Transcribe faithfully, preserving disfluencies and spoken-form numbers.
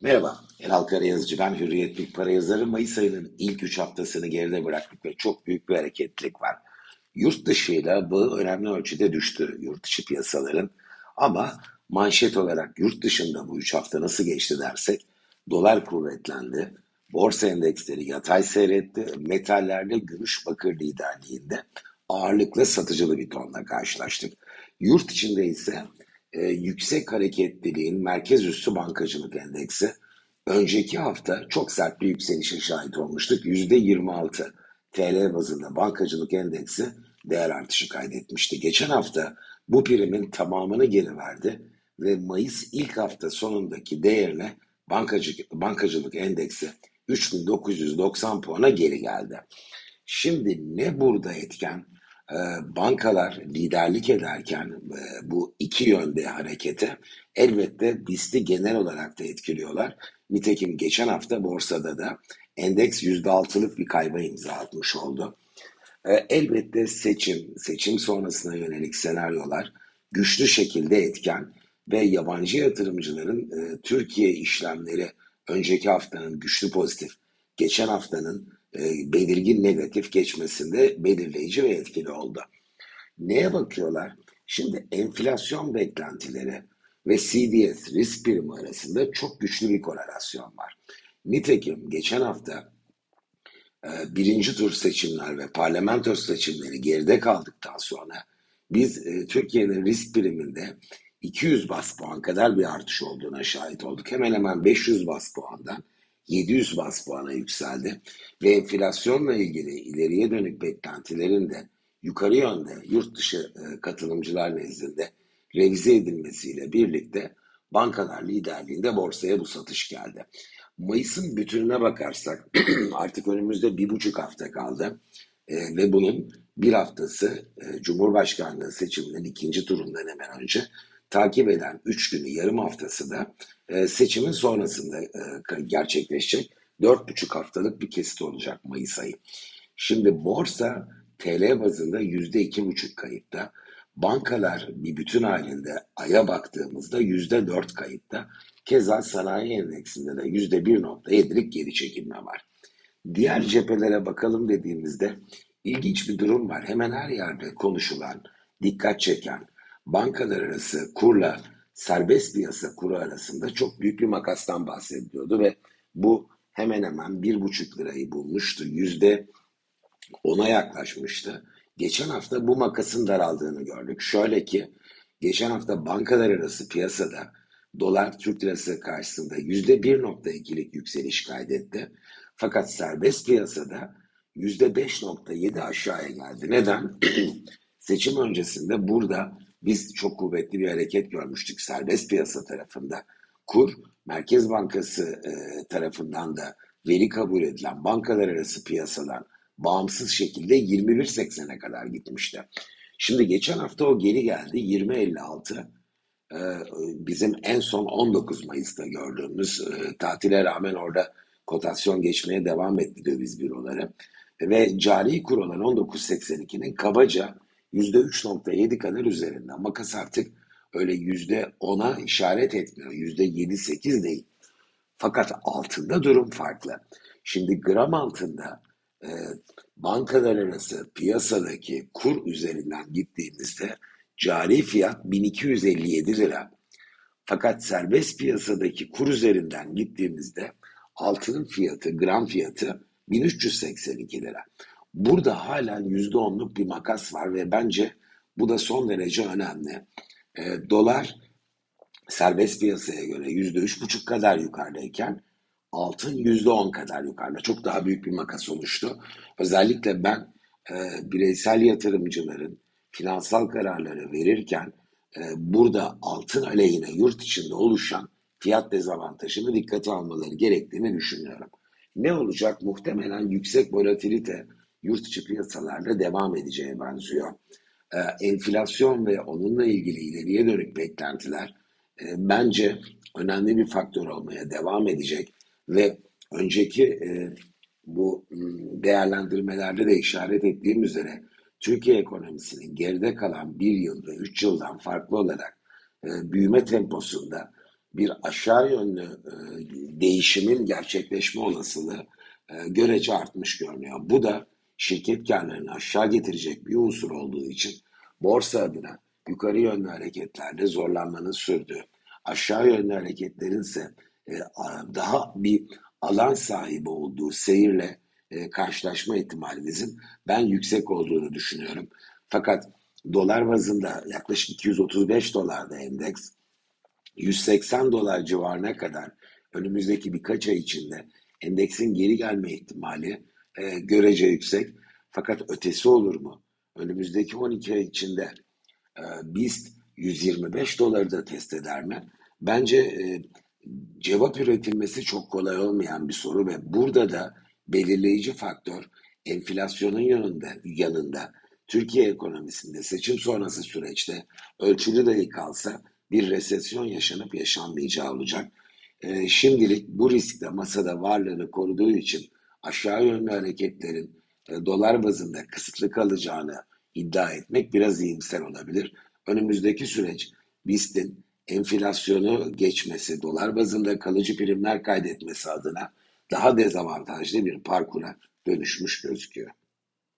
Merhaba, Elal Karayazıcı. Ben Hürriyet Büyük Para yazarı. Mayıs ayının ilk üç haftasını geride bıraktık ve çok büyük bir hareketlilik var. Yurt dışıyla bağı önemli ölçüde düştü yurt dışı piyasaların. Ama manşet olarak yurt dışında bu üç hafta nasıl geçti dersek, dolar kuvvetlendi, borsa endeksleri yatay seyretti, metallerde gümüş bakır liderliğinde ağırlıklı satıcılı bir tonla karşılaştık. Yurt içinde ise e, yüksek hareketliliğin merkez üssü bankacılık endeksi önceki hafta çok sert bir yükselişe şahit olmuştuk. yüzde yirmi altı T L bazında bankacılık endeksi değer artışı kaydetmişti. Geçen hafta bu primin tamamını geri verdi ve Mayıs ilk hafta sonundaki değerine bankacılık, bankacılık endeksi üç bin dokuz yüz doksan puana geri geldi. Şimdi ne burada etken? Ee, Bankalar liderlik ederken e, bu iki yönde harekete elbette BIST'i genel olarak da etkiliyorlar. Nitekim geçen hafta borsada da endeks yüzde altılık bir kayba imza atmış oldu. Ee, elbette seçim, seçim sonrasına yönelik senaryolar güçlü şekilde etken ve yabancı yatırımcıların e, Türkiye işlemleri önceki haftanın güçlü pozitif, geçen haftanın e, belirgin negatif geçmesinde belirleyici ve etkili oldu. Neye bakıyorlar? Şimdi enflasyon beklentileri ve C D S risk primi arasında çok güçlü bir korelasyon var. Nitekim geçen hafta e, birinci tur seçimler ve parlamento seçimleri geride kaldıktan sonra biz e, Türkiye'nin risk priminde iki yüz bas puan kadar bir artış olduğuna şahit olduk. Hemen hemen beş yüz bas puandan yedi yüz bas puana yükseldi ve enflasyonla ilgili ileriye dönük beklentilerin de yukarı yönde yurt dışı e, katılımcılar nezdinde revize edilmesiyle birlikte bankalar liderliğinde borsaya bu satış geldi. Mayıs'ın bütününe bakarsak artık önümüzde bir buçuk hafta kaldı. E, ve bunun bir haftası e, Cumhurbaşkanlığı seçiminin ikinci turundan hemen önce takip eden üç günü yarım haftası da e, seçimin sonrasında e, gerçekleşecek dört buçuk haftalık bir kesit olacak Mayıs ayı. Şimdi borsa T L bazında yüzde iki buçuk kayıpta. Bankalar bir bütün halinde aya baktığımızda yüzde dört kayıpta. Keza sanayi endeksinde de yüzde bir nokta yedilik geri çekilme var. Diğer cephelere bakalım dediğimizde ilginç bir durum var. Hemen her yerde konuşulan, dikkat çeken bankalar arası kurla serbest piyasa kuru arasında çok büyük bir makastan bahsediliyordu ve bu hemen hemen bir buçuk lirayı bulmuştu. Yüzde ona yaklaşmıştı. Geçen hafta bu makasın daraldığını gördük. Şöyle ki geçen hafta bankalar arası piyasada dolar Türk lirası karşısında yüzde bir nokta ikilik yükseliş kaydetti. Fakat serbest piyasada yüzde beş nokta yedi aşağıya geldi. Neden? Seçim öncesinde burada biz çok kuvvetli bir hareket görmüştük serbest piyasa tarafında. Kur, Merkez Bankası e, tarafından da veri kabul edilen bankalar arası piyasadan bağımsız şekilde yirmi bir seksene kadar gitmişti. Şimdi geçen hafta o geri geldi yirmi elli altı. Ee, bizim en son on dokuz Mayıs'ta gördüğümüz e, tatile rağmen orada kotasyon geçmeye devam etti döviz büroları. Ve cari kur olan on dokuz seksen ikinin kabaca yüzde üç nokta yedi kadar üzerinde. Makas artık öyle yüzde ona işaret etmiyor. yüzde yedi sekiz değil. Fakat altında durum farklı. Şimdi gram altında e, bankalar arası piyasadaki kur üzerinden gittiğimizde cari fiyat bin iki yüz elli yedi lira. Fakat serbest piyasadaki kur üzerinden gittiğimizde altının fiyatı, gram fiyatı bin üç yüz seksen iki lira. Burada halen yüzde onluk bir makas var ve bence bu da son derece önemli. E, dolar serbest piyasaya göre yüzde üç buçuk kadar yukarıdayken altın yüzde on kadar yukarıda. Çok daha büyük bir makas oluştu. Özellikle ben e, bireysel yatırımcıların finansal kararları verirken e, burada altın aleyhine yurt içinde oluşan fiyat dezavantajını dikkate almaları gerektiğini düşünüyorum. Ne olacak? Muhtemelen yüksek volatilite yurt içi piyasalarda devam edeceğe benziyor. E, enflasyon ve onunla ilgili ileriye dönük beklentiler e, bence önemli bir faktör olmaya devam edecek ve önceki e, bu değerlendirmelerde de işaret ettiğim üzere Türkiye ekonomisinin geride kalan bir yıl ve üç yıldan farklı olarak e, büyüme temposunda bir aşağı yönlü e, değişimin gerçekleşme olasılığı e, görece artmış görünüyor. Bu da şirket karlarını aşağı getirecek bir unsur olduğu için borsa adına yukarı yönlü hareketlerde zorlanmanın sürdüğü, aşağı yönlü hareketlerin ise e, daha bir alan sahibi olduğu seyirle e, karşılaşma ihtimalimizin ben yüksek olduğunu düşünüyorum. Fakat dolar bazında yaklaşık iki yüz otuz beş dolarda endeks, yüz seksen dolar civarına kadar önümüzdeki birkaç ay içinde endeksin geri gelme ihtimali e, görece yüksek. Fakat ötesi olur mu? Önümüzdeki on iki ay içinde e, BIST yüz yirmi beş doları da test eder mi? Bence e, cevap üretilmesi çok kolay olmayan bir soru ve burada da belirleyici faktör enflasyonun yanında, yanında Türkiye ekonomisinde seçim sonrası süreçte ölçülü dahi kalsa bir resesyon yaşanıp yaşanmayacağı olacak. E, şimdilik bu risk de masada varlığını koruduğu için aşağı yönlü hareketlerin e, dolar bazında kısıtlı kalacağını iddia etmek biraz iyimser olabilir. Önümüzdeki süreç BIST'in enflasyonu geçmesi, dolar bazında kalıcı primler kaydetmesi adına daha dezavantajlı bir parkura dönüşmüş gözüküyor.